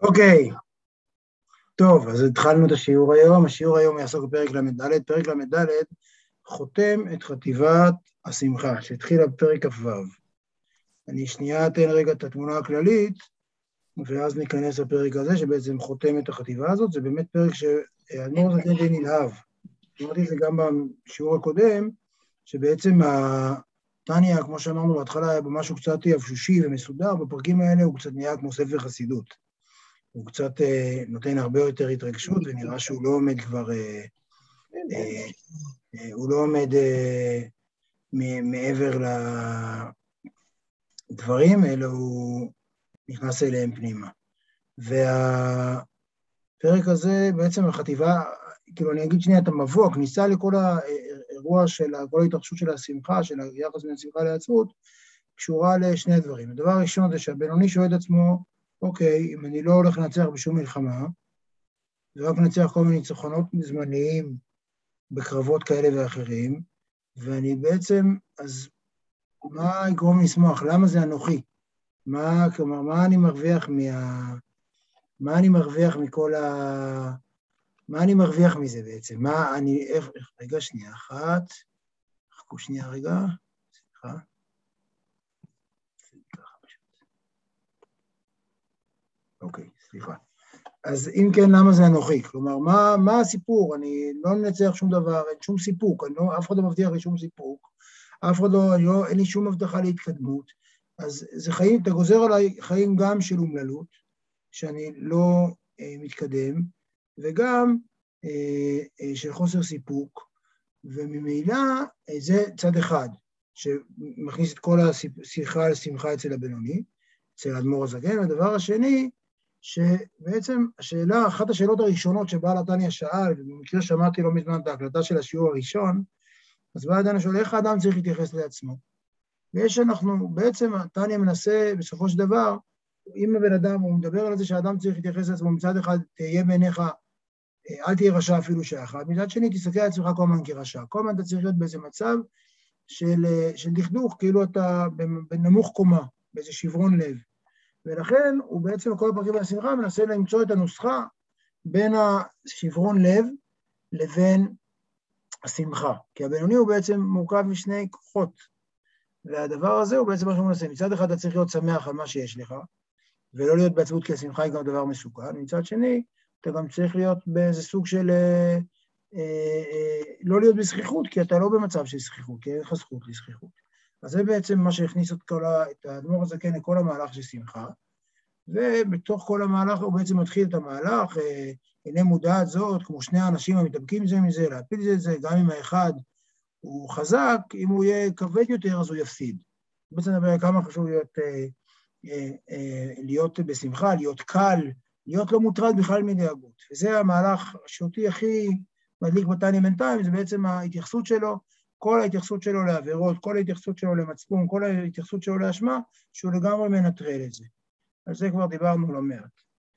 אוקיי, טוב, אז התחלנו את השיעור היום. השיעור היום יעסוק בפרק ל"ד. פרק ל"ד חותם את חטיבת השמחה, שהתחילה בפרק כ"ו. אני שנייה אתן רגע את התמונה הכללית, ואז ניכנס לפרק הזה, שבעצם חותם את החטיבה הזאת. זה באמת פרק שהאדמו"ר הזקן די נלהב. אמרתי את זה גם בשיעור הקודם, שבעצם התניא, כמו שאמרנו בהתחלה, היה במשהו קצת יבשושי ומסודר. בפרקים האלה הוא קצת נהיה כמו ספר חסידות. הוא קצת נותן הרבה יותר התרגשות, ונראה שהוא לא עומד כבר, הוא לא עומד מעבר לדברים, אלא הוא נכנס אליהם פנימה. והפרק הזה, בעצם החטיבה, כאילו אני אגיד שנייה את המבוא, הכניסה לכל האירוע של כל ההתרחשות של השמחה, של היחס בין השמחה לעצמות, קשורה לשני דברים. הדבר הראשון זה שהבינוני שואל את עצמו, אוקיי, אם אני לא הולך לנצח בשום מלחמה, ורק לנצח כל מיני ניצחונות זמניים בקרבות כאלה ואחרים, ואני בעצם, אז מה יגרום לי לשמוח? למה זה אנוכי? כלומר, מה אני מרוויח מזה בעצם? רגע, שנייה אחת, חכו שנייה רגע, סליחה. אוקיי, סליחה. אז אם כן, למה זה אנוכי? כלומר, מה הסיפור? אני לא נצח שום דבר, אין שום סיפוק, אף אחד לא מבטיח לי שום סיפוק, אין לי שום הבטחה להתקדמות, אז זה חיים, אתה גוזר עליי חיים גם של אומללות, שאני לא מתקדם, וגם של חוסר סיפוק, וממילא זה צד אחד, שמכניס את כל השיחה לשמחה אצל הבינוני, אצל האדמו"ר הזקן. הדבר השני, שבעצם אחת השאלות הראשונות שבעל התניא שאל, ובמקרה שמעתי לא מזמן את ההקלטה של השיעור הראשון, אז בעל התניא שואל, איך האדם צריך להתייחס לעצמו? בעצם התניא מנסה בסופו של דבר, אם הבן אדם, הוא מדבר על זה שהאדם צריך להתייחס לעצמו, מצד אחד תהיה בעיניך, אל תהיה רשע אפילו שאחד, מצד שני תסתכל על עצמך כל הזמן כרשע, כל הזמן אתה צריך להיות באיזה מצב של דכדוך, כאילו אתה בנמוך קומה, באיזה שברון לב. ולכן הוא בעצם בכל הפרקים והשמחה מנסה למצוא את הנוסחה בין השברון לב לבין השמחה. כי הבינוני הוא בעצם מורכב משני כוחות. והדבר הזה הוא בעצם מה שהוא מנסה. מצד אחד אתה צריך להיות שמח על מה שיש לך, ולא להיות בעצמות, כי השמחה היא גם דבר מסוכן. מצד שני, אתה גם צריך להיות באיזה סוג של לא להיות בזכיחות, כי אתה לא במצב של זכיחות, כי אין לך זכות לזכיחות. אז זה בעצם מה שהכניס את האדמו"ר הזקן לכל המהלך של שמחה, ובתוך כל המהלך הוא בעצם מתחיל את המהלך, הנה מודעת זאת, כמו שני האנשים המתאבקים זה מזה, להפיל את זה, גם אם האחד הוא חזק, אם הוא יהיה כבד יותר, אז הוא יפסיד. בעצם נדבר כמה חשוב להיות בשמחה, להיות קל, להיות לא מוטרד בכלל מדאגות. וזה המהלך שאותי הכי מדליק בתניא בינתיים, זה בעצם ההתייחסות שלו, כל ההתייחסות שלו לעבירות, כל ההתייחסות שלו למצפון, כל ההתייחסות שלו לאשמה, שהוא לגמרי מנטרל את זה. על זה כבר דיברנו לא מעט.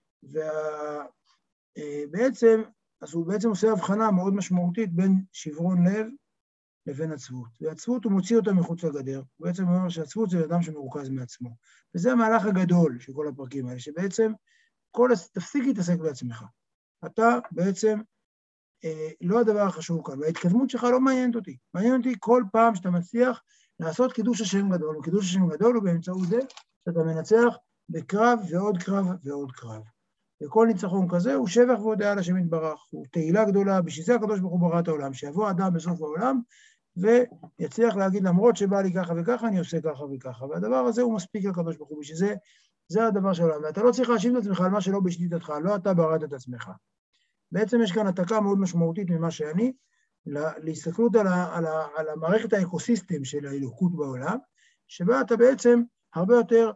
ובעצם, אז הוא בעצם עושה הבחנה מאוד משמעותית בין שברון לב לבין עצבות. והעצבות הוא מוציא אותה מחוץ לגדר. הוא בעצם אומר שעצבות זה אדם שמרוכז מעצמו. וזה המהלך הגדול של כל הפרקים האלה, שבעצם תפסיק להתעסק בעצמך. אתה בעצם לא הדבר החשוב כאן, וההתקדמות שלך לא מעניינת אותי. מעניין אותי כל פעם שאתה מצליח לעשות קידוש השם גדול, וקידוש השם גדול הוא באמצעות זה שאתה מנצח בקרב ועוד קרב ועוד קרב. וכל ניצחון כזה הוא שבח והודאה לשם יתברך, הוא תהילה גדולה, בשביל זה הקדוש ברוך הוא ברא את העולם, שיבוא האדם בסוף העולם, ויצליח להגיד למרות שבא לי ככה וככה, אני עושה ככה וככה, והדבר הזה הוא מספיק לקדוש ברוך הוא, בשביל זה הדבר של העולם, ואתה לא צריך להאשים את עצמך על מה שלא בשליטתך, לא אתה בראת את עצמך. בעצם יש כאן התקה מאוד משמעותית ממה שאני, להסתכלות על המערכת האקוסיסטם של האלוקות בעולם, שבה אתה בעצם הרבה יותר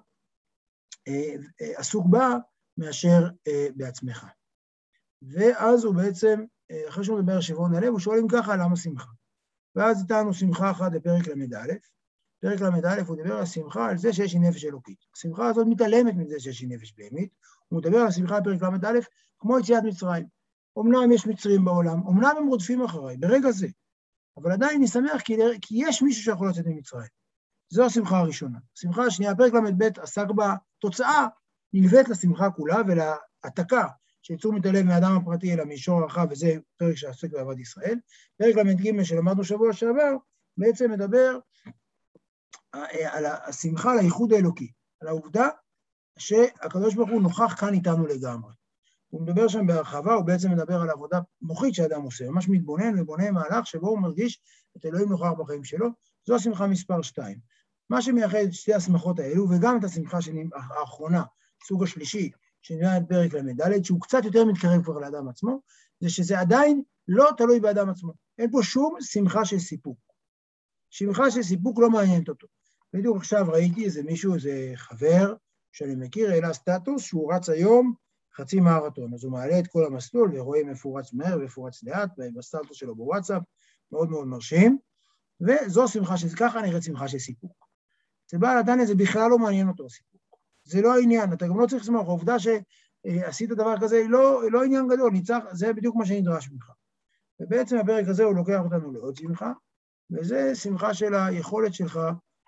עסוק בה מאשר בעצמך. ואז הוא בעצם, אחרי שהוא מדבר על שברון הלב, הוא שואל אם ככה, למה שמחה? ואז איתנו שמחה אחת לפרק ל"א. פרק ל"א הוא מדבר על שמחה, על זה שיש לי נפש אלוקית. השמחה הזאת מתעלמת מזה שיש לי נפש בהמית, הוא מדבר על השמחה בפרק ל"א כמו יציאת מצרים. אמנם יש מצרים בעולם, אמנם הם רודפים אחריי, ברגע זה, אבל עדיין אני שמח כי יש מישהו שיכול לצאת ממצרים. זו השמחה הראשונה. השמחה השנייה, פרק ל"ב עסק בתוצאה, נלווית לשמחה כולה העתקה של תשומת הלב מהאדם הפרטי אל המישור הרחב, וזה פרק שעוסק באהבת ישראל. פרק ל"ג שלמדנו שבוע שעבר, בעצם מדבר על השמחה, על הייחוד האלוקי, על העובדה שהקדוש ברוך הוא נוכח כאן איתנו לגמרי. הוא מדבר שם בהרחבה, הוא בעצם מדבר על עבודה מוחית שהאדם עושה, ממש מתבונן ובונה מהלך שבו הוא מרגיש את אלוהים נוכח בחיים שלו. זו השמחה מספר 2. מה שמייחד את שתי השמחות האלו, וגם את השמחה האחרונה, סוג השלישי, שנראה את פרק ל"ד, שהוא קצת יותר מתקרב כבר לאדם עצמו, זה שזה עדיין לא תלוי באדם עצמו. אין פה שום שמחה של סיפוק. שמחה של סיפוק לא מעניינת אותו. בדיוק עכשיו ראיתי איזה מישהו, איזה חבר שאני מכיר, העלה סטטוס שהוא רץ היום חצי מרתון. אז הוא מעלה את כל המסלול ורואה איפה הוא רץ מהר ואיפה הוא רץ לאט, בסטטוס שלו בוואטסאפ, מאוד מאוד מרשים. וזו שמחה של, ככה נראית שמחה של סיפוק. זה בעל התניא, זה בכלל לא מעניין אותו הסיפוק. זה לא העניין, אתה גם לא צריך לשמוח. העובדה שעשית דבר כזה לא עניין גדול, ניצח, זה בדיוק מה שנדרש ממך. ובעצם הפרק הזה הוא לוקח אותנו לעוד שמחה, וזה שמחה של היכולת שלך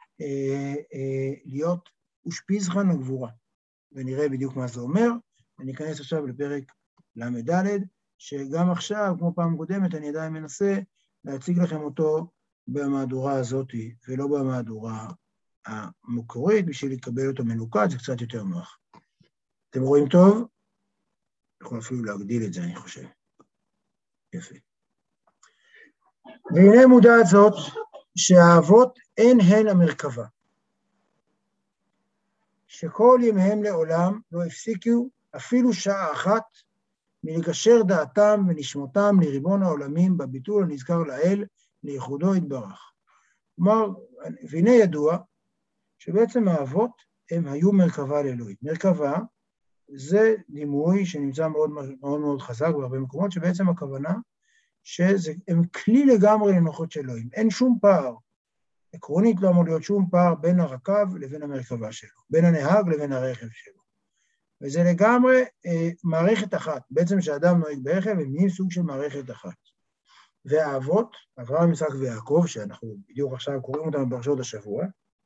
להיות אושפיזכן לגבורה. ונראה בדיוק מה זה אומר, וניכנס עכשיו לפרק ל"ד, שגם עכשיו, כמו פעם קודמת, אני עדיין מנסה להציג לכם אותו במהדורה הזאת, ולא במהדורה המקורית, בשביל לקבל אותו מנוקד, זה קצת יותר נוח. אתם רואים טוב? יכול אפילו להגדיל את זה, אני חושב. יפה. והנה מודעת זאת, שהאהבות אין הן המרכבה. שכל ימיהם לעולם לא הפסיקו אפילו שעה אחת מלגשר דעתם ונשמותם לריבון העולמים בביטול הנזכר לאל, לייחודו יתברך. כלומר, והנה ידוע שבעצם האהבות הם היו מרכבה לאלוהים. מרכבה זה דימוי שנמצא מאוד מאוד, מאוד חזק בהרבה מקומות, שבעצם הכוונה שהם כלי לגמרי לנוחות של אלוהים. אין שום פער, עקרונית לא אמור להיות שום פער בין הרכב לבין המרכבה שלו, בין הנהג לבין הרכב שלו. וזה לגמרי מערכת אחת. בעצם כשאדם נוהג ברכב, הם נהיים סוג של מערכת אחת. והאבות, אברהם, יצחק ויעקב, שאנחנו בדיוק עכשיו קוראים אותם בפרשות השבוע,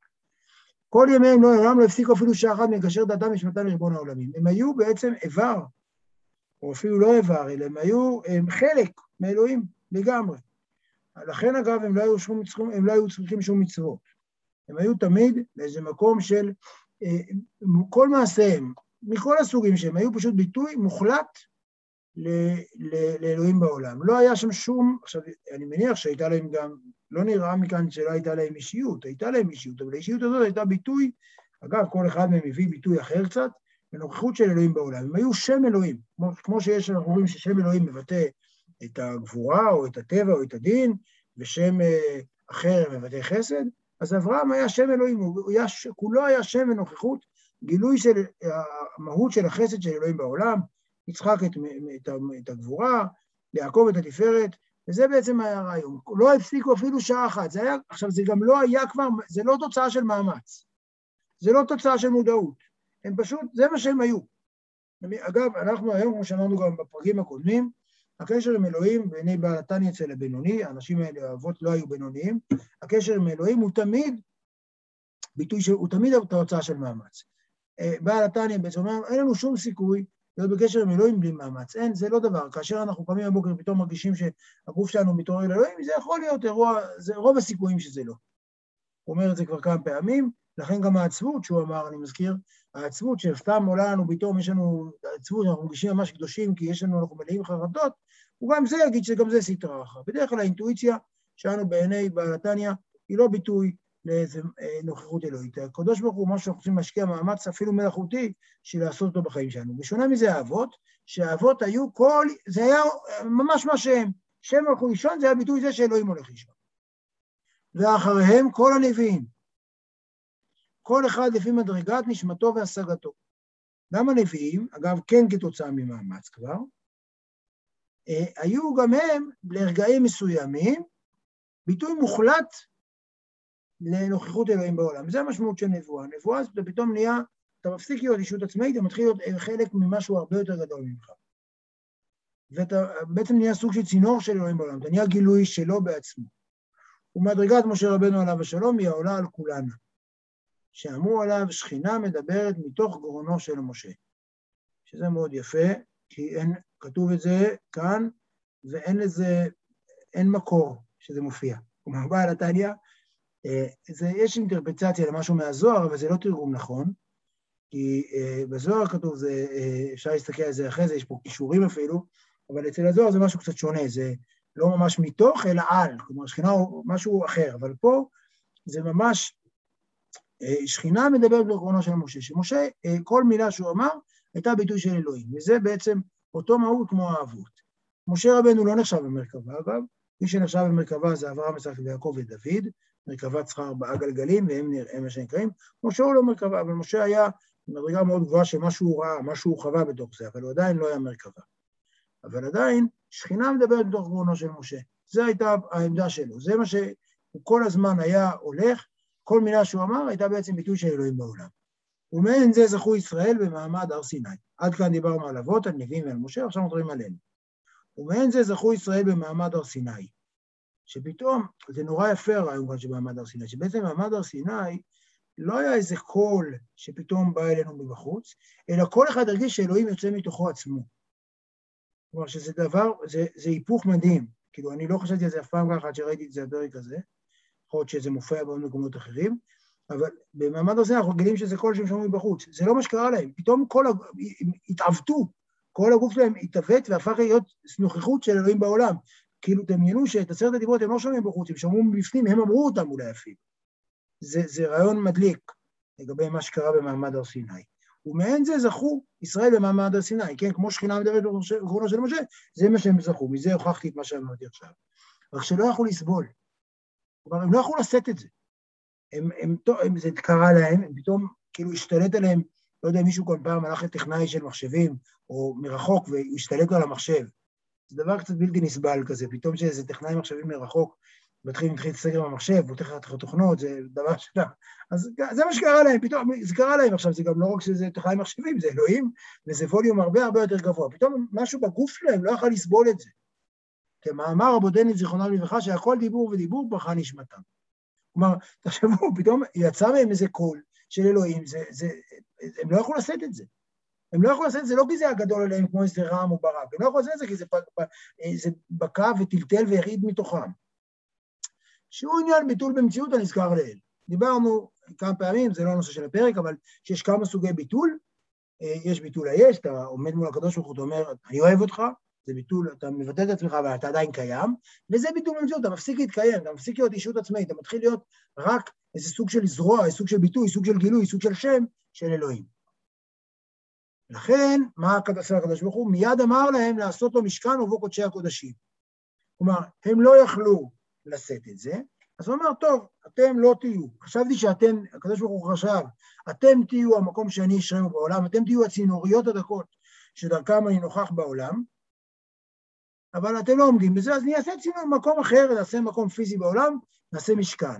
כל ימיהם לא הפסיקו אפילו שעה אחת מגשר דעתם ונשמתם לריבון העולמים. הם היו בעצם איבר, או אפילו לא איבר, אלא הם חלק מאלוהים לגמרי. לכן אגב הם לא היו צריכים שום מצוות. הם היו תמיד באיזה מקום של כל מעשיהם, מכל הסוגים שהם היו פשוט ביטוי מוחלט לאלוהים בעולם. לא היה שם שום, עכשיו אני מניח שהייתה להם גם, לא נראה מכאן שלא הייתה להם אישיות, הייתה להם אישיות, אבל האישיות הזאת הייתה ביטוי, אגב כל אחד מהם הביא ביטוי אחר קצת, בנוכחות של אלוהים בעולם. הם היו שם אלוהים, כמו שיש, אנחנו רואים ששם אלוהים מבטא את הגבורה או את הטבע או את הדין, ושם אחר מבטא חסד, אז אברהם היה שם אלוהים, כולו היה שם ונוכחות, גילוי של המהות של החסד של אלוהים בעולם, יצחק את הגבורה, יעקב את התפארת, וזה בעצם היה הרעיון. לא הפסיקו אפילו שעה אחת. עכשיו, זה גם לא היה כבר, זה לא תוצאה של מאמץ. זה לא תוצאה של מודעות. הם פשוט, זה מה שהם היו. אגב, אנחנו היום, כמו שאמרנו גם בפרקים הקודמים, הקשר עם אלוהים, והנה בעל התניא אצל הבינוני, האנשים האלה, האבות לא היו בינוניים, הקשר עם אלוהים הוא תמיד, ביטוי שהוא תמיד התוצאה של מאמץ. בעל התניא בעצם אומר, אין לנו שום סיכוי להיות בקשר עם אלוהים בלי מאמץ. אין, זה לא דבר. כאשר אנחנו קמים בבוקר ופתאום מרגישים שהגוף שלנו מתעורר לאלוהים, זה יכול להיות אירוע, זה רוב הסיכויים שזה לא. הוא אומר את זה כבר כמה פעמים, לכן גם העצבות שהוא אמר, אני מזכיר, העצבות שסתם עולה לנו פתאום, יש לנו עצבות, אנחנו מרגישים ממש קדושים, כי אנחנו מלאים חרדות, הוא גם זה יגיד שגם זה סטרה אחת. בדרך כלל האינטואיציה שלנו בעיני בעל התניא, היא לא ביטוי לאיזו נוכחות אלוהית. הקדוש ברוך הוא, מה שאנחנו רוצים להשקיע מאמץ אפילו מלאכותי, של לעשות אותו בחיים שלנו. בשונה מזה האבות, שהאבות היו זה היה ממש מה שהם. שהם הלכו לישון, זה היה ביטוי זה שאלוהים הולך לישון. ואחריהם כל הנביאים. כל אחד לפי מדרגת נשמתו והשגתו. גם הנביאים, אגב, כן כתוצאה ממאמץ כבר, היו גם הם, לרגעים מסוימים, ביטוי מוחלט לנוכחות אלוהים בעולם. זה המשמעות של נבואה. נבואה זה פתאום נהיה, אתה מפסיק להיות אישות עצמאית, אתה מתחיל להיות חלק ממשהו הרבה יותר גדול ממך. ואתה בעצם נהיה סוג של צינור של אלוהים בעולם, אתה נהיה גילוי שלו בעצמו. ומדרגת משה רבנו עליו השלום היא העולה על כולנה. שאמרו עליו, שכינה מדברת מתוך גרונו של משה. שזה מאוד יפה, כי כתוב את זה כאן, ואין לזה, אין מקור שזה מופיע. כלומר, בעל התניא, יש אינטרפרצציה למשהו מהזוהר, אבל זה לא תרגום נכון, כי בזוהר כתוב, אפשר להסתכל על זה אחרי זה, יש פה קישורים אפילו, אבל אצל הזוהר זה משהו קצת שונה, זה לא ממש מתוך, אלא על, כלומר, שכינה הוא משהו אחר, אבל פה זה ממש, שכינה מדברת בקרונו של משה, שמשה, כל מילה שהוא אמר, הייתה ביטוי של אלוהים, וזה בעצם אותו מהות כמו האבות. משה רבנו לא נחשב במרכבה, אגב, מי שנחשב במרכבה זה אברהם, יצחק ויעקב ודוד, מרכבה צריכה 4 גלגלים, והם מה שנקראים. משה הוא לא מרכבה, אבל משה היה מדרגה מאוד גבוהה שמשהו הוא ראה, משהו הוא חווה בתוך זה, אבל הוא עדיין לא היה מרכבה. אבל עדיין, שכינה מדברת בתוך גרונו של משה. זו הייתה העמדה שלו, זה מה שהוא כל הזמן היה הולך, כל מילה שהוא אמר הייתה בעצם ביטוי של אלוהים בעולם. ומעין זה זכו ישראל במעמד הר סיני. עד כאן דיברנו על אבות, על נביאים ועל משה, עכשיו מדברים עלינו. ומעין זה זכו ישראל במעמד הר סיני. שפתאום, זה נורא יפה הרעיון כאן שבמעמד הר סיני, שבעצם במעמד הר סיני לא היה איזה קול שפתאום בא אלינו מבחוץ, אלא כל אחד הרגיש שאלוהים יוצא מתוכו עצמו. כלומר שזה דבר, זה היפוך מדהים. כאילו אני לא חשבתי על זה אף פעם ככה עד שראיתי את זה בפרק הזה, יכול להיות שזה מופיע בעוד מקומות אחרים, אבל במעמד הזה אנחנו רגילים שזה קול שהם שומעים בחוץ. זה לא מה שקרה להם, פתאום התעוותו, כל הגוף שלהם התעוות והפך להיות נוכחות של אלוהים בעולם. כאילו דמיינו שאת 10 הדיברות הם לא שומעים בחוץ, הם שמעו מבפנים, הם אמרו אותם אולי אפילו. זה רעיון מדליק לגבי מה שקרה במעמד הר סיני. ומעין זה זכו ישראל במעמד הר סיני, כן, כמו שכינה מדברת בקרונו של משה, זה מה שהם זכו, מזה הוכחתי את מה שאמרתי עכשיו. רק שלא יכלו לסבול. כלומר, הם לא יכלו לשאת את זה. זה קרה להם, הם פתאום כאילו השתלט עליהם, לא יודע, מישהו כל פעם הלך לטכנאי של מחשבים, או מרחוק, והשתלט על המחשב. זה דבר קצת בלתי נסבל כזה, פתאום שאיזה טכנאי מחשבים מרחוק, מתחיל לסגר במחשב, פותח את התוכנות, זה דבר שלה. אז זה מה שקרה להם, פתאום, זה קרה להם עכשיו, זה גם לא רק שזה טכנאי מחשבים, זה אלוהים, וזה ווליום הרבה יותר גבוה. פתאום משהו בגוף שלהם לא יכול לסבול את זה. כמאמר רבותינו זיכרונם לברכה, שהכל דיבור ודיבור ברכה נשמתם. כלומר, תחשבו, פתאום יצא מהם איזה קול של אלוהים, הם לא יכולו לשאת את זה. הם לא יכולו לשאת את זה, לא כי זה הגדול עליהם כמו איזה רעם או ברק, הם לא יכולו לשאת את זה כי זה בקע וטלטל והריד מתוכם. שהוא עניין ביטול במציאות הנזכר לאל. דיברנו כמה פעמים, זה לא הנושא של הפרק, אבל שיש כמה סוגי ביטול, יש ביטול היש, אתה עומד מול הקדוש ברוך הוא, אתה אומר, אני אוהב אותך, זה ביטול, אתה מבטא את עצמך, אבל אתה עדיין קיים, וזה ביטול במציאות, אתה מפסיק להתקיים, אתה מפסיק להיות אישות עצמאית, אתה מתחיל להיות רק איזה סוג של זרוע, סוג של ביטוי, סוג של גילוי, סוג של שם של אלוהים. לכן, מה עשה הקדוש ברוך הוא? מיד אמר להם לעשות לו משכן ובו קודשי הקודשים. כלומר, הם לא יכלו לשאת את זה, אז הוא אמר, טוב, אתם לא תהיו. חשבתי שאתם, הקדוש ברוך הוא חשב, אתם תהיו המקום שאני אשרם בעולם, אתם תהיו הצינוריות הדקות שדרכם אני נוכח בעולם, אבל אתם לא עומדים בזה, אז נעשה מקום אחר, נעשה מקום פיזי בעולם, נעשה משכן.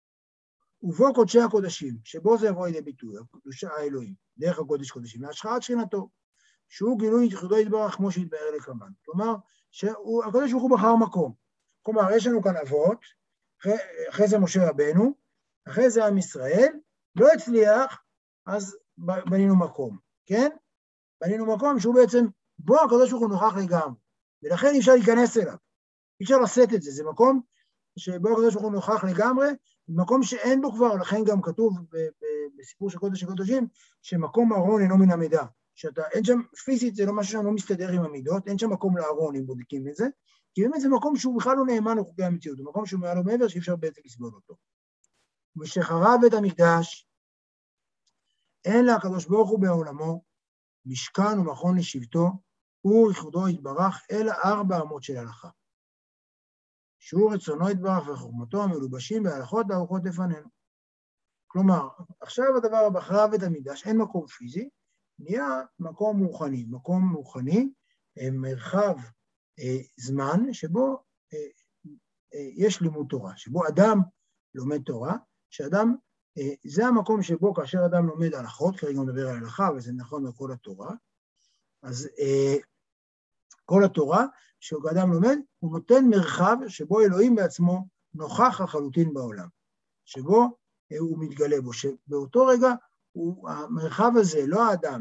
ובו קודשי הקודשים, שבו זה יבוא לידי ביטוי, הקדושה האלוהים, דרך הקודש קודשים, להשחרת שכינתו, שהוא גילוי ייחודו יתברך כמו שהתבאר לקמן. כלומר, הקדוש ברוך הוא בחר מקום. כלומר, יש לנו כאן אבות, אחרי זה משה רבנו, אחרי זה עם ישראל, לא הצליח, אז בנינו מקום, כן? בנינו מקום שהוא בעצם, בו הקדוש ברוך הוא נוכח לגמרי, ולכן אי אפשר להיכנס אליו, אי אפשר לשאת את זה, זה מקום שבו הקדוש ברוך הוא נוכח לגמרי, מקום שאין בו כבר, לכן גם כתוב בסיפור של קודש הקודשים, שמקום הארון אינו מן המידה, אין שם, פיזית זה לא משהו שלא מסתדר עם המידות, אין שם מקום לארון אם בודקים את זה, כי באמת זה מקום שהוא בכלל לא נאמן לחוקי המציאות, זה מקום שהוא מעל ומעבר שאי אפשר בעצם לסבול אותו. ושחרב בית המקדש, אין לה הקדוש ברוך הוא בעולמו, משכן ומכון לשבטו, הוא ייחודו יתברך, אלא 4 אמות של הלכה. שהוא רצונו יתברך וחוכמתו המלובשים בהלכות וארוכות לפנינו. כלומר, עכשיו הדבר הבא, חרב בית המקדש, אין מקום פיזי, נהיה מקום מוכני. מקום מוכני, מרחב זמן שבו יש לימוד תורה, שבו אדם לומד תורה, שאדם, זה המקום שבו כאשר אדם לומד הלכות, כרגע מדבר על הלכה, וזה נכון לכל התורה, אז כל התורה, כשאדם לומד, הוא נותן מרחב שבו אלוהים בעצמו נוכח לחלוטין בעולם, שבו הוא מתגלה בו, שבאותו רגע המרחב הזה, לא האדם,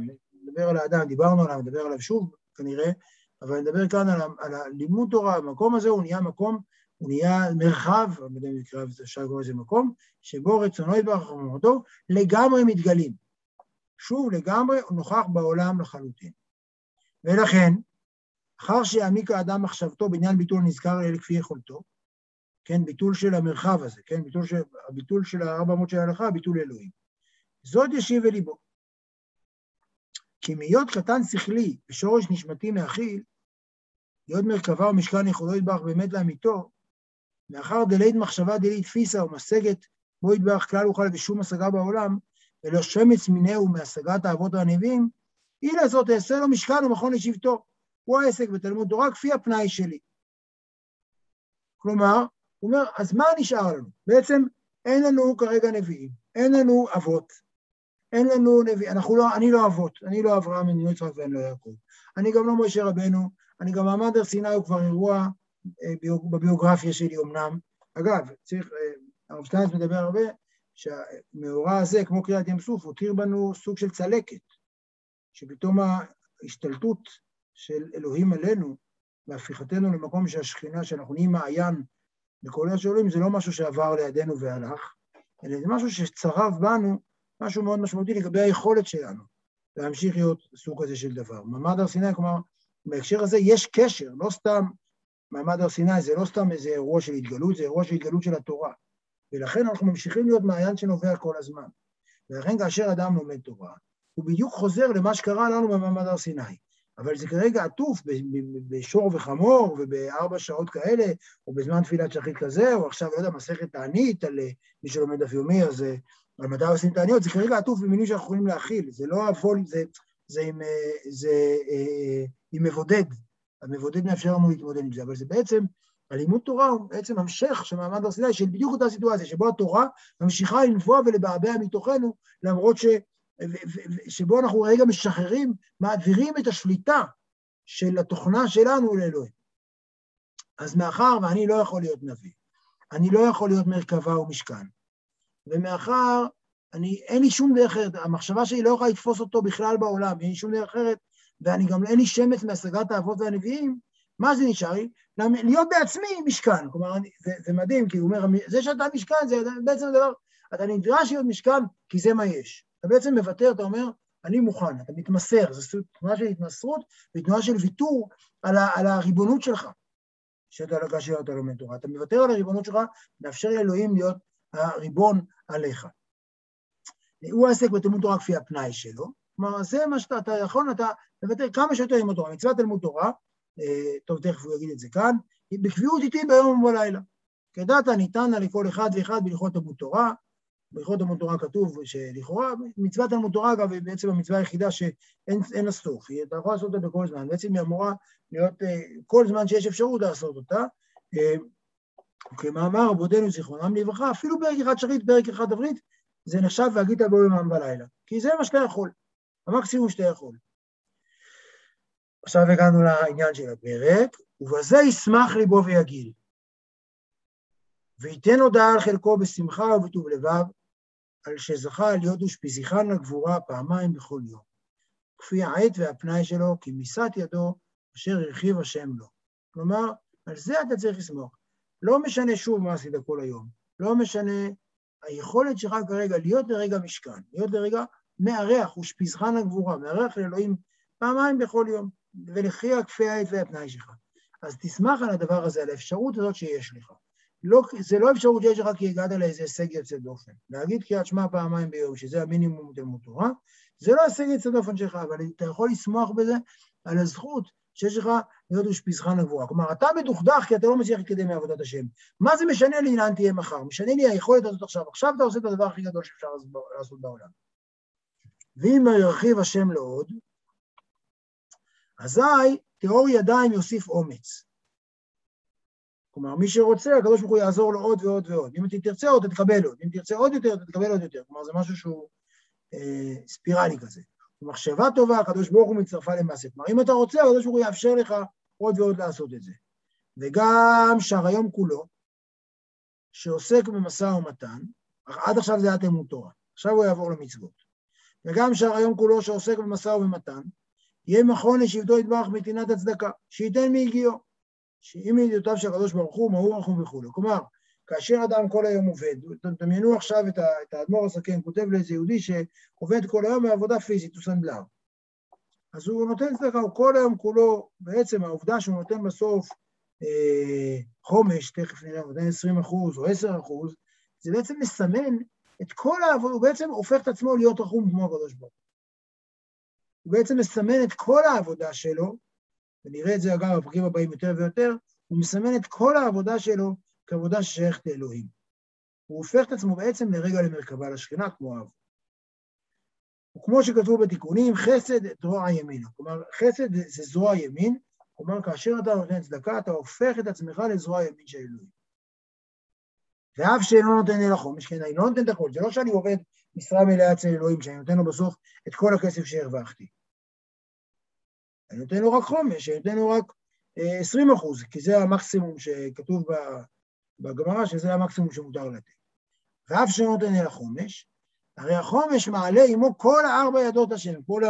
מדבר על האדם, דיברנו עליו, מדבר עליו שוב, כנראה, אבל אני מדבר כאן על הלימוד תורה, המקום הזה הוא נהיה מקום, הוא נהיה מרחב, אני מקרא אפשר לקרוא לזה מקום, שבו רצונו יתברך וחוכמתו לגמרי מתגלים. שוב, לגמרי הוא נוכח בעולם לחלוטין. ולכן, אחר שיעמיק האדם מחשבתו בעניין ביטול נזכר לאל כפי יכולתו, כן, ביטול של המרחב הזה, כן, הביטול של 400 של ההלכה, ביטול אלוהים. זאת ישיב אל ליבו. כי מהיות קטן שכלי ושורש נשמתי מאכיל, להיות מרכבה ומשכן יכולו יתברך באמת לאמיתו, מאחר דלית מחשבה דלית תפיסה ומשגת בו יתברך כלל וכל ושום השגה בעולם, ולא שמץ מינהו מהשגת האבות והנביאים, היא לעשות תעשה לו משכן ומכון לשבטו. הוא העסק בתלמוד תורה כפי הפנאי שלי. כלומר, הוא אומר, אז מה נשאר לנו? בעצם אין לנו כרגע נביאים, אין לנו אבות, אין לנו נביאים, אני לא אבות, אני לא אברהם, אני לא יצחק ואני לא יעקב. אני גם לא משה רבנו, אני גם מעמד הר סיני הוא כבר אירוע בביוגרפיה שלי אמנם. אגב, הרב שטיינז מדבר הרבה, שהמאורע הזה, כמו קריאת ים סוף, הותיר בנו סוג של צלקת, שפתאום ההשתלטות של אלוהים עלינו, והפיכתנו למקום שהשכינה, שאנחנו נהיים מעיין לכל השאולים, זה לא משהו שעבר לידינו והלך, אלא זה משהו שצרב בנו, משהו מאוד משמעותי לגבי היכולת שלנו, להמשיך להיות סוג הזה של דבר. מעמד הר סיני, כלומר, בהקשר הזה יש קשר, לא סתם, מעמד הר סיני זה לא סתם איזה אירוע של התגלות, זה אירוע של התגלות של התורה. ולכן אנחנו ממשיכים להיות מעיין שנובע כל הזמן. ולכן כאשר אדם לומד תורה, הוא בדיוק חוזר למה שקרה לנו במעמד הר סיני. אבל זה כרגע עטוף בשור וחמור, וב4 שעות כאלה, או בזמן תפילת שחרית כזה, או עכשיו, לא יודע, מסכת תענית, על מי שלומד דף יומי, אז על מתי עושים תעניות, זה כרגע עטוף במינוי שאנחנו יכולים להכיל, זה לא הוול, זה עם מבודד, המבודד מאפשר לנו להתמודד עם זה, אבל זה בעצם, הלימוד תורה הוא בעצם המשך של מעמד הר סיני, של בדיוק אותה סיטואציה, שבו התורה ממשיכה לנבוע ולבעבע מתוכנו, למרות שבו אנחנו רגע משחררים, מעבירים את השליטה של התוכנה שלנו לאלוהים. אז מאחר ואני לא יכול להיות נביא, אני לא יכול להיות מרכבה ומשכן, ומאחר אין לי שום דרך אחרת, המחשבה שלי לא יכולה לתפוס אותו בכלל בעולם, אין לי שום דרך אחרת, ואני גם אין לי שמץ מהשגת האבות והנביאים, מה זה נשאר לי? להיות בעצמי משכן, כלומר, זה מדהים, כי הוא אומר, זה שאתה משכן, זה בעצם דבר, אתה נדרש להיות משכן, כי זה מה יש. אתה בעצם מוותר, אתה אומר, אני מוכן, אתה מתמסר, זו תנועה של התמסרות, ותנועה של ויתור על הריבונות שלך, כאשר אתה לומד תורה. אתה מוותר על הריבונות שלך, מאפשר לאלוהים להיות הריבון עליך. הוא עסק בתלמוד תורה כפי הפנאי שלו, כלומר, זה מה שאתה יכול, אתה מוותר כמה שיותר ללמוד תורה. מצוות תלמוד תורה, טוב, תכף הוא יגיד את זה כאן, היא בקביעות איתי ביום ובלילה. כדעת ניתנה לכל אחד ואחד בהלכות תלמוד תורה, בהלכות תלמוד תורה כתוב שלכאורה, מצוות תלמוד תורה, אגב, היא בעצם המצווה היחידה שאין לה סוף, אתה יכול לעשות אותה בכל זמן, בעצם היא אמורה להיות כל זמן שיש אפשרות לעשות אותה, כמאמר רבותינו זיכרונם לברכה, אפילו פרק אחד שחרית, פרק אחד עברית, זה נחשב והגית בו יומם ולילה, כי זה מה שאתה יכול, המקסימום שאתה יכול. עכשיו הגענו לעניין של הפרק, ובזה ישמח ליבו ויגיל, וייתן הודעה על חלקו בשמחה ובטוב לבב, על שזכה להיות ושפיזיכן לגבורה פעמיים בכל יום, כפי העט והפנאי שלו, כי מיסת ידו אשר הרחיב השם לו. כלומר, על זה אתה צריך לסמוך. לא משנה שוב מה עשית כל היום, לא משנה היכולת שלך כרגע להיות לרגע משכן, להיות לרגע מארח ושפיזיכן לגבורה, מארח לאלוהים פעמיים בכל יום, ולכריע כפי העט והפנאי שלך. אז תשמח על הדבר הזה, על האפשרות הזאת שיש לך. לא, זה לא אפשרות שיש לך כי הגעת לאיזה הישג יוצא דופן. להגיד קריאת שמע פעמיים ביום, שזה המינימום תלמוד תורה, זה לא הישג יוצא דופן שלך, אבל אתה יכול לשמוח בזה על הזכות שיש לך להיות ושפיזיכן לגבורה. כלומר, אתה מדוכדך כי אתה לא מצליח להתקדם מעבודת השם. מה זה משנה לי לאן תהיה מחר? משנה לי היכולת הזאת עכשיו. עכשיו אתה עושה את הדבר הכי גדול שאפשר לעשות בעולם. ואם ירחיב השם לעוד, אזי תיאור ידיים יוסיף אומץ. כלומר, מי שרוצה, הקדוש ברוך הוא יעזור לו עוד ועוד ועוד. אם אתה תרצה עוד, תקבל עוד. אם תרצה עוד יותר, תקבל עוד יותר. כלומר, זה משהו שהוא ספירלי כזה. ומחשבה טובה, הקדוש ברוך הוא מצטרפה למעשה. כלומר, אם אתה רוצה, הקדוש ברוך הוא יאפשר לך עוד ועוד לעשות את זה. וגם שער היום כולו, שעוסק במשא ומתן, עד עכשיו זה היה תלמוד תורה. עכשיו הוא יעבור למצוות. וגם שאר היום כולו שעוסק במשא ובמתן, יהיה מכון לשבטו יתברך מנתינת הצדקה, שייתן מיגיעו, שאם מידיעותיו של הקדוש ברוך הוא, מהו רחום וכו'. כלומר, כאשר אדם כל היום עובד, דמיינו עכשיו את האדמו"ר הזקן, כותב לאיזה יהודי שעובד כל היום בעבודה פיזית, הוא סנדלר. אז הוא נותן צדקה, הוא כל היום כולו, בעצם העובדה שהוא נותן בסוף חומש, תכף נראה, נותן 20% או 10%, זה בעצם מסמן את כל העבודה, הוא בעצם הופך את עצמו להיות רחום כמו הקדוש ברוך הוא. הוא בעצם מסמן את כל העבודה שלו, ונראה את זה אגב בפרקים הבאים יותר ויותר, הוא מסמן את כל העבודה שלו כעבודה ששייכת לאלוהים. הוא הופך את עצמו בעצם לרגע למרכבה לשכינה כמו אב. וכמו שכתבו בתיקונים, חסד זרוע ימין. כלומר, חסד זה זרוע ימין, כלומר, כאשר אתה נותן צדקה, אתה הופך את עצמך לזרוע ימין של אלוהים. ואף שאינו נותן אל החומש, כן, אני לא נותן את הכל, זה לא שאני עובד משרה מלאה אצל אלוהים, שאני נותן לו בסוף את כל הכסף שהרווחתי. אני נותן לו רק חומש, אני נותן לו רק 20%, כי זה המקסימום שכתוב בגמרא, שזה המקסימום שמותר לתת. ואף שאינו נותן אל החומש, הרי החומש מעלה עמו כל 4 ידות השם, כל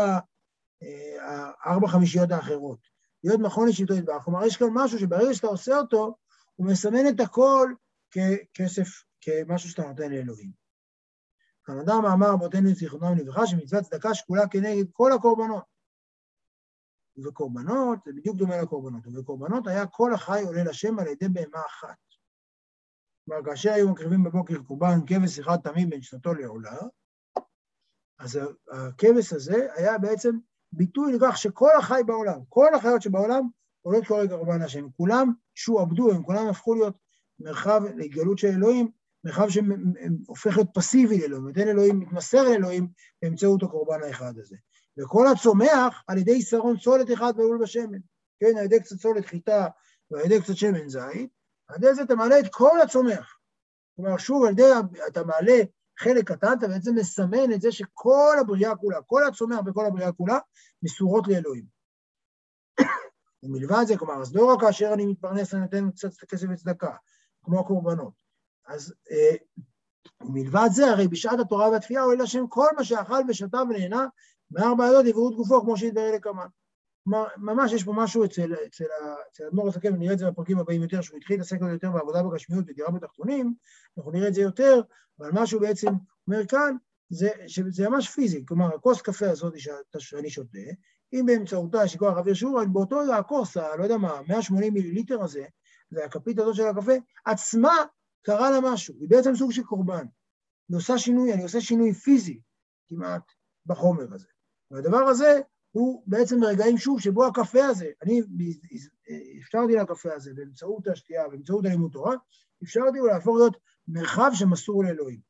4 חמישיות האחרות, להיות מכון לשבטו יתברך. כלומר, יש כאן משהו שברגע שאתה עושה אותו, הוא מסמן את הכל ככסף, כמשהו שאתה נותן לאלוהים. כאן אדם אמר בותנו זיכרונם לברכה, שמצוות צדקה שקולה כנגד כל הקורבנות. ובקורבנות, זה בדיוק דומה לקורבנות, ובקורבנות היה כל החי עולה לשם על ידי בהמה אחת. כלומר, כאשר היו מקריבים בבוקר קורבן כבש אחד תמים בין שנתו לעולה, אז הכבש הזה היה בעצם ביטוי לכך שכל החי בעולם, כל החיות שבעולם עולות כל קורבן השם, כולם שועבדו, הם כולם הפכו להיות מרחב להתגלות של אלוהים, מרחב שהופך להיות פסיבי לאלוהים, נותן אלוהים, מתמסר לאלוהים באמצעות הקורבן האחד הזה. וכל הצומח על ידי יסרון צולת אחד ועול בשמן, כן, על ידי קצת צולת חיטה ועל ידי קצת שמן זית, על ידי זה אתה מעלה את כל הצומח. כלומר, שוב, על ידי אתה מעלה חלק קטן, אתה בעצם מסמן את זה שכל הבריאה כולה, כל הצומח וכל הבריאה כולה, מסורות לאלוהים. ומלבד זה, כלומר, אז לא רק כאשר אני מתפרנס, אני נותן קצת כסף וצדקה, כמו הקורבנות. אז ומלבד זה, הרי בשעת התורה והתפילה, הוא אל השם כל מה שאכל ושתה ונהנה, מ4 ידות יברות גופו, כמו שהתברר לקמן. כלומר, ממש יש פה משהו אצל האדמו"ר הזקן, ונראה את זה בפרקים הבאים יותר, שהוא התחיל להתעסק יותר בעבודה בגשמיות ודירה בתחתונים, אנחנו נראה את זה יותר, אבל משהו בעצם אומר כאן, זה ממש פיזי, כלומר, הכוס קפה הזאת שאני שותה, אם באמצעותה יש כוח אוויר שהוא, באותו רגע הכוס, לא יודע מה, 180 מיליליטר הזה, זה הכפית הזאת של הקפה, עצמה קרה לה משהו, היא בעצם סוג של קורבן. אני עושה שינוי פיזי, כמעט, בחומר הזה. והדבר הזה הוא בעצם ברגעים שוב שבו הקפה הזה, אני אפשרתי לקפה הזה באמצעות השתייה, באמצעות הלימוד תורה, אפשרתי לו להפוך להיות מרחב שמסור לאלוהים.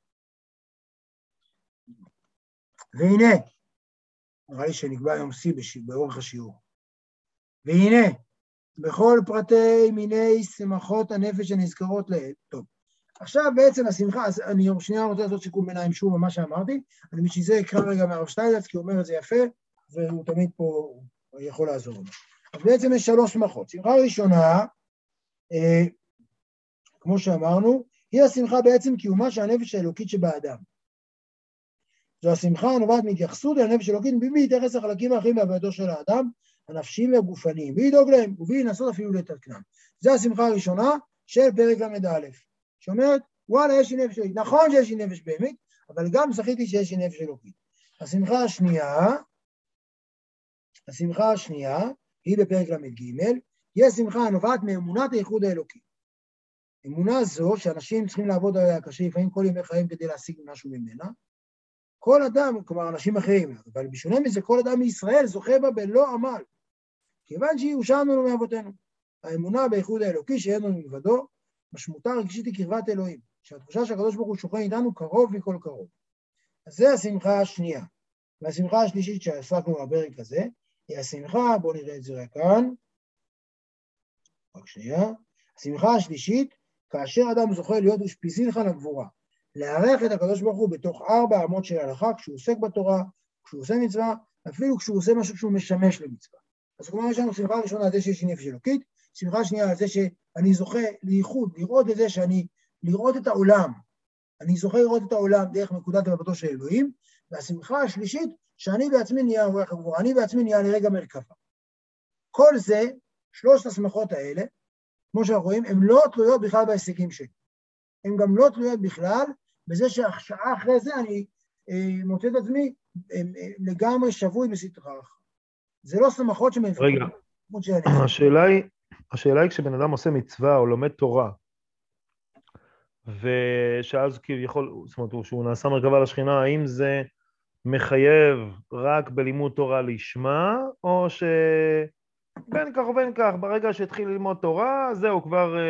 והנה, נראה לי שנקבע היום C באורך השיעור. והנה, בכל פרטי מיני שמחות הנפש הנזכרות לעיל. טוב, עכשיו בעצם השמחה, אז אני שנייה רוצה לעשות סיכום ביניים שוב על מה שאמרתי, אני בשביל זה אקרא רגע מהרב שטיינזלץ, כי הוא אומר את זה יפה, והוא תמיד פה יכול לעזור לנו. אז בעצם יש 3 שמחות. שמחה ראשונה, כמו שאמרנו, היא השמחה בעצם קיומה של הנפש האלוקית שבאדם. זו השמחה הנובעת מהתייחסות אל הנפש האלוקית, מבלי להתייחס לחלקים האחרים בהווייתו של האדם, הנפשיים והגופניים, ולדאוג להם, ובלי לנסות אפילו לתקנם. זו השמחה הראשונה של פרק ל"א, שאומרת, וואלה, יש לי נפש אלוקית. נכון שיש לי נפש באמת, אבל גם זכיתי שיש לי נפש אלוקית. השמחה השנייה, היא בפרק ל"ג, היא השמחה הנובעת מאמונת הייחוד האלוקי. אמונה זו, שאנשים צריכים לעבוד עליה קשה, לפעמים כל ימי חיים כדי להשיג משהו ממנה, כל אדם, כלומר אנשים אחרים, אבל בשונה מזה, כל אדם מישראל זוכה בה בלא עמל, כיוון שהיא הושענו לו מאבותינו. האמונה בייחוד האלוקי שאין לנו מלבדו, משמעותה רגשית היא קרבת אלוהים, שהתחושה שהקדוש ברוך הוא שוכן איתנו קרוב מכל קרוב. אז זה השמחה השנייה. והשמחה השלישית שעסקנו בפרק הזה, היא השמחה, בואו נראה את זה רק כאן, רק שנייה, השמחה השלישית, כאשר אדם זוכה להיות אושפיזין לך לגבורה, להערך את הקדוש ברוך הוא בתוך 4 אמות של ההלכה, כשהוא עוסק בתורה, כשהוא עושה מצווה, אפילו כשהוא עושה משהו שהוא משמש למצווה. אז כלומר, יש לנו שמחה ראשונה על זה שיש לי נפש אלוקית, שמחה שנייה על זה שאני זוכה לייחוד, לראות את זה לראות את העולם. אני זוכה לראות את העולם דרך נקודת מבטו של אלוהים, והשמחה השלישית, שאני בעצמי נהיה אורח הגבורה, אני בעצמי נהיה לרגע מרכבה. כל זה, שלושת השמחות האלה, כמו שאנחנו רואים, הן לא תלויות בכלל בהישגים שלי. הן גם לא תלויות בכלל בזה שהשעה אחרי זה אני מוצא את עצמי לגמרי שבוי בסטרה אחת. זה לא שמחות שמפקות. רגע, השאלה היא כשבן אדם עושה מצווה או לומד תורה, ושאז כביכול, זאת אומרת, שהוא נעשה מרכבה לשכינה, האם זה מחייב רק בלימוד תורה לשמה, או שבין כך ובין כך, ברגע שהתחיל ללמוד תורה, זהו,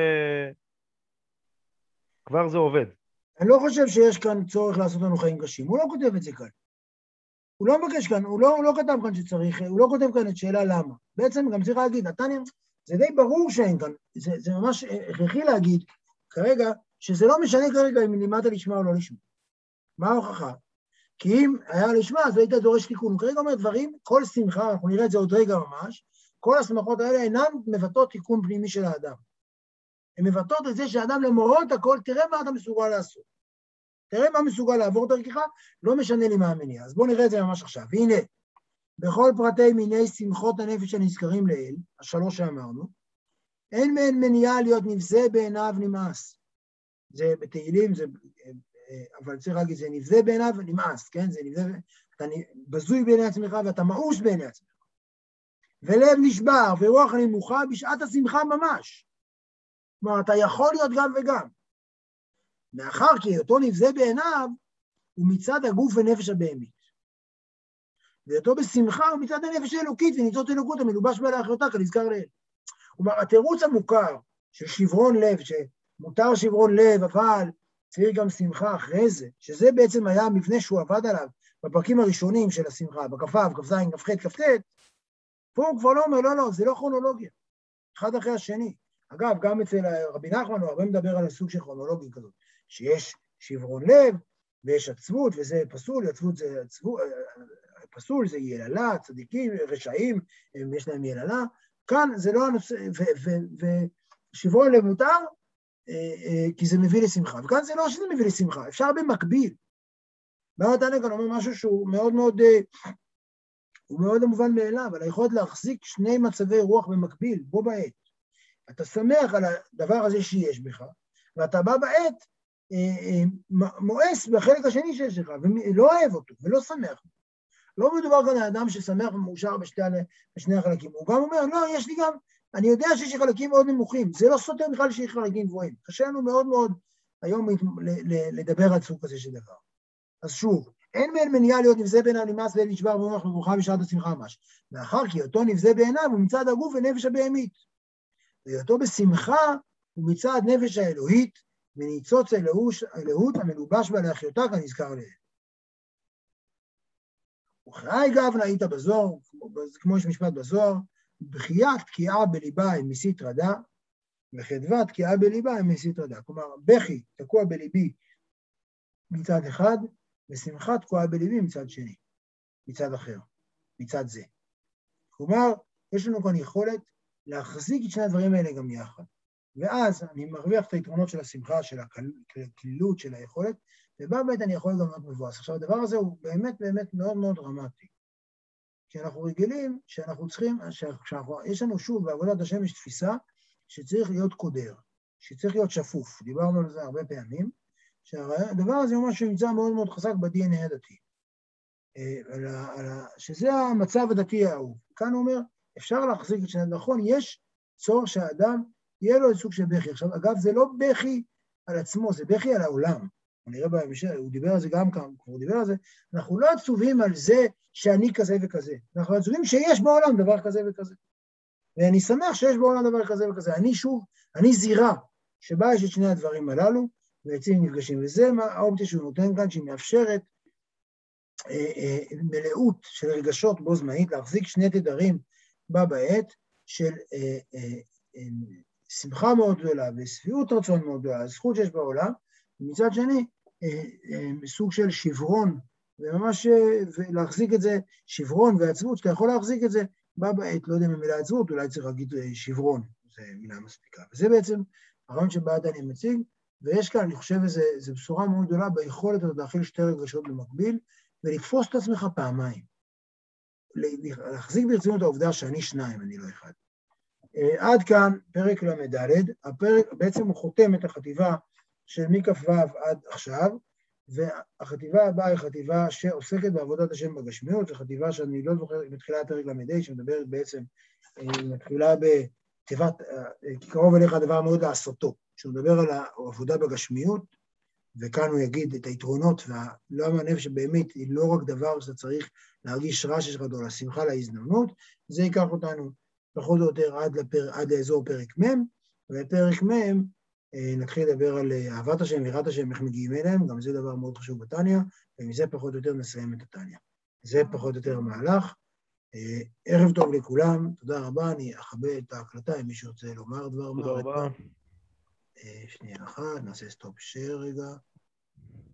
כבר זה עובד. אני לא חושב שיש כאן צורך לעשות לנו חיים קשים, הוא לא כותב את זה כאן. הוא לא מבקש כאן, הוא לא כתב כאן שצריך, הוא לא כותב כאן את שאלה למה. בעצם גם צריך להגיד, זה די ברור שאין כאן, זה ממש הכרחי להגיד כרגע, שזה לא משנה כרגע אם לימדת לשמה או לא לשמה. מה ההוכחה? כי אם היה לשמה, אז היית דורש תיקון. הוא כרגע אומר דברים, כל שמחה, אנחנו נראה את זה עוד רגע ממש, כל השמחות האלה אינן מבטאות תיקון פנימי של האדם. הן מבטאות את זה שהאדם למרות הכל, תראה מה אתה מסוגל לעשות. תראה מה מסוגל לעבור דרכך, לא משנה לי מה המניע. אז בואו נראה את זה ממש עכשיו. והנה, בכל פרטי מיני שמחות הנפש הנזכרים לעיל, השלוש שאמרנו, אין מהן מניעה להיות נבזה בעיניו נמאס. זה בתהילים, אבל צריך להגיד, זה נבזה בעיניו נמאס, כן? זה נבזה, אתה בזוי בעיני עצמך ואתה מאוס בעיני עצמך. ולב נשבר ורוח נמוכה בשעת השמחה ממש. כלומר, אתה יכול להיות גם וגם. מאחר כי אותו נבזה בעיניו, הוא מצד הגוף ונפש הבהמית. ואותו בשמחה הוא מצד הנפש האלוקית וניצוץ אלוקות המלובש בה לאחיותה כנזכר לעיל. כלומר, התירוץ המוכר של שברון לב, שמותר שברון לב, אבל צריך גם שמחה אחרי זה, שזה בעצם היה המבנה שהוא עבד עליו בפרקים הראשונים של השמחה, בכ"ו, כ"ז, כ"ח, כ"ט, פה הוא כבר לא אומר, לא, זה לא כרונולוגיה, אחד אחרי השני. אגב, גם אצל רבי נחמן הוא הרבה מדבר על הסוג של כרונולוגיה כזאת, שיש שברון לב, ויש עצבות, וזה פסול, עצבות זה עצבות, פסול זה יללה, צדיקים, רשעים, יש להם יללה, כאן זה לא הנושא, ושברון לב מותר, כי זה מביא לשמחה, וכאן זה לא שזה מביא לשמחה, אפשר במקביל. מה נתניה כאן אומר משהו שהוא מאוד מאוד, הוא מאוד מובן מאליו, אבל היכולת להחזיק שני מצבי רוח במקביל, בו בעת. אתה שמח על הדבר הזה שיש בך, ואתה בא בעת, מואס בחלק השני שיש לך, ולא אוהב אותו, ולא שמח. לא מדובר כאן על אדם ששמח ומאושר בשני החלקים, הוא גם אומר, לא, יש לי גם, אני יודע שיש לי חלקים מאוד נמוכים, זה לא סותר בכלל שיש חלקים גבוהים, קשה לנו מאוד מאוד היום לדבר על סוג כזה של דבר. אז שוב, אין מהן מניעה להיות נבזה בעיניו נמאס ואין נשבר במוח וברוכה בשעת השמחה ממש. מאחר כי אותו נבזה בעיניו הוא מצד הגוף ונפש הבהמית. ואותו בשמחה הוא מצד נפש האלוהית וניצוץ האלוהות המלובש בה לאחיותה כנזכר לעיל. וכראי גבנה היית בזוהר, כמו יש משפט בזוהר, בחייה תקיעה בליבה הם מסית רדה, וחדווה תקיעה בליבה הם מסית רדה. כלומר, בכי תקוע בליבי מצד אחד, ושמחה תקועה בליבי מצד שני, מצד אחר, מצד זה. כלומר, יש לנו כאן יכולת להחזיק את שני הדברים האלה גם יחד. ואז אני מרוויח את היתרונות של השמחה, של הכלילות, של היכולת, ובא באמת אני יכול גם להיות מבואס. עכשיו, הדבר הזה הוא באמת באמת מאוד מאוד דרמטי. כי אנחנו רגילים שאנחנו צריכים, יש לנו שוב, בעבודת השם יש תפיסה שצריך להיות קודר, שצריך להיות שפוף. דיברנו על זה הרבה פעמים, שהדבר הזה הוא משהו שנמצא מאוד מאוד חזק ב-DNA הדתי. שזה המצב הדתי האהוב. כאן הוא אומר, אפשר להחזיק את שני, נכון, יש צורך שהאדם יהיה לו סוג של בכי. עכשיו, אגב, זה לא בכי על עצמו, זה בכי על העולם. נראה בהמשך, הוא דיבר על זה גם כאן, הוא דיבר על זה, אנחנו לא עצובים על זה שאני כזה וכזה, אנחנו עצובים שיש בעולם דבר כזה וכזה. ואני שמח שיש בעולם דבר כזה וכזה. אני זירה שבה יש את שני הדברים הללו, ויצאים נפגשים, וזה האופציה שהוא נותן כאן, שהיא מאפשרת מלאות של רגשות בו זמנית, להחזיק שני תדרים בה בעת, של שמחה מאוד גדולה, ושביעות רצון מאוד גדולה, הזכות שיש בעולם, ומצד שני, סוג של שברון, וממש להחזיק את זה, שברון ועצבות, שאתה יכול להחזיק את זה, בה בעת, לא יודע אם המילה עצבות, אולי צריך להגיד שברון, זו מילה מספיקה. וזה בעצם הרעיון שבעד אני מציג, ויש כאן, אני חושב, זו בשורה מאוד גדולה ביכולת הזאת להכיל שתי רגשות במקביל, ולתפוס את עצמך פעמיים. להחזיק ברצינות העובדה שאני שניים, אני לא אחד. עד כאן פרק למד, הפרק בעצם הוא חותם את החטיבה של מכ"ו עד עכשיו, והחטיבה הבאה היא חטיבה שעוסקת בעבודת השם בגשמיות, זו חטיבה שאני לא זוכר בתחילת פרק למד, שמדברת בעצם, מתחילה בתיבת, קרוב אליך הדבר מאוד לעשותו, שהוא מדבר על העבודה בגשמיות, וכאן הוא יגיד את היתרונות, ולמה הנפש שבאמת היא לא רק דבר שאתה צריך להרגיש רע שיש לך דו, לשמחה להזדמנות, זה ייקח אותנו פחות או יותר עד לאזור פרק מ', ובפרק מ' נתחיל לדבר על אהבת השם ויראת השם, איך מגיעים אליהם, גם זה דבר מאוד חשוב בתניא, ומזה פחות או יותר נסיים את התניא. זה פחות או יותר המהלך. ערב טוב לכולם, תודה רבה, אני אכבה את ההקלטה אם מישהו רוצה לומר דבר מה. תודה רבה. שנייה אחת, נעשה סטופ שייר רגע.